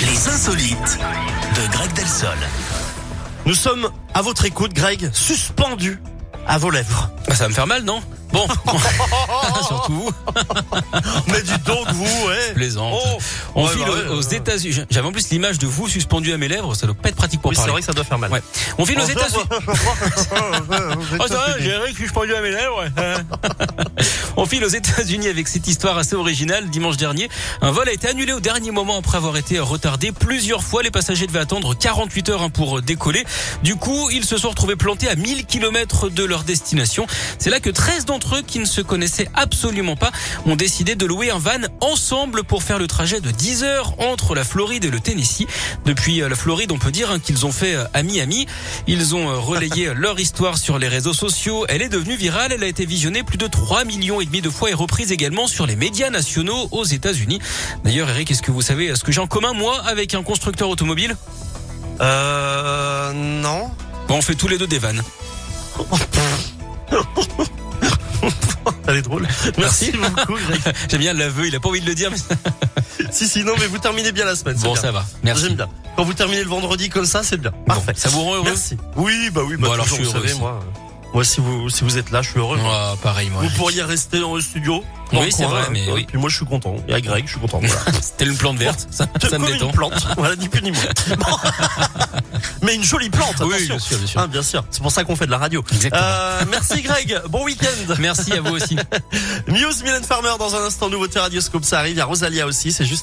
Les insolites de Greg Delsol. Nous sommes à votre écoute, Greg, suspendu à vos lèvres. Bah, ça va me faire mal, non? Bon, surtout vous. Mais dites donc, vous, ouais. Plaisante. On file aux États-Unis. J'avais en plus l'image de vous suspendu à mes lèvres. Ça doit pas être pratique pour oui, parler. c'est vrai que ça doit faire mal. Ouais. On file aux États-Unis. Oh, ça va, j'ai Eric suspendu à mes lèvres. Ouais. On file aux États-Unis avec cette histoire assez originale. Dimanche dernier, un vol a été annulé au dernier moment après avoir été retardé plusieurs fois. Les passagers devaient attendre 48 heures pour décoller. Du coup, ils se sont retrouvés plantés à 1000 km de leur destination. C'est là que 13 d'entre eux qui ne se connaissaient absolument pas ont décidé de louer un van ensemble pour faire le trajet de 10 heures entre la Floride et le Tennessee. Depuis la Floride, on peut dire qu'ils ont fait à Miami. Ils ont relayé leur histoire sur les réseaux sociaux. Elle est devenue virale. Elle a été visionnée plus de 3,5 millions de fois et reprise également sur les médias nationaux aux États-Unis. D'ailleurs, Eric, est-ce que vous savez ce que j'ai en commun, moi, avec un constructeur automobile? Non. Bon, on fait tous les deux des vannes. Elle est drôle. Merci beaucoup, Greg. J'aime bien l'aveu, il a pas envie de le dire, mais... Si, non, mais vous terminez bien la semaine. Bon, bien. Ça va. Merci. J'aime bien. Quand vous terminez le vendredi comme ça, c'est bien. Parfait. Bon, ça vous rend heureux? Merci. Oui, bon, alors toujours, je suis heureux. Vous savez, moi, si vous êtes là, je suis heureux. Oh, pareil, moi. Vous pourriez rester dans le studio. Oui, c'est vrai, mais oui. Puis moi, je suis content. Et à Greg, je suis content. Voilà. C'était une plante verte. Ça me détend. Une plante. Voilà, ni plus ni moins. Bon. Mais une jolie plante, attention. Oui, bien sûr, bien sûr. Ah, bien sûr. C'est pour ça qu'on fait de la radio. Exactement. Merci, Greg. Bon week-end. Merci à vous aussi. Muse, Mylène Farmer dans un instant. Nouveauté Radioscope, ça arrive. Il y a Rosalia aussi. C'est juste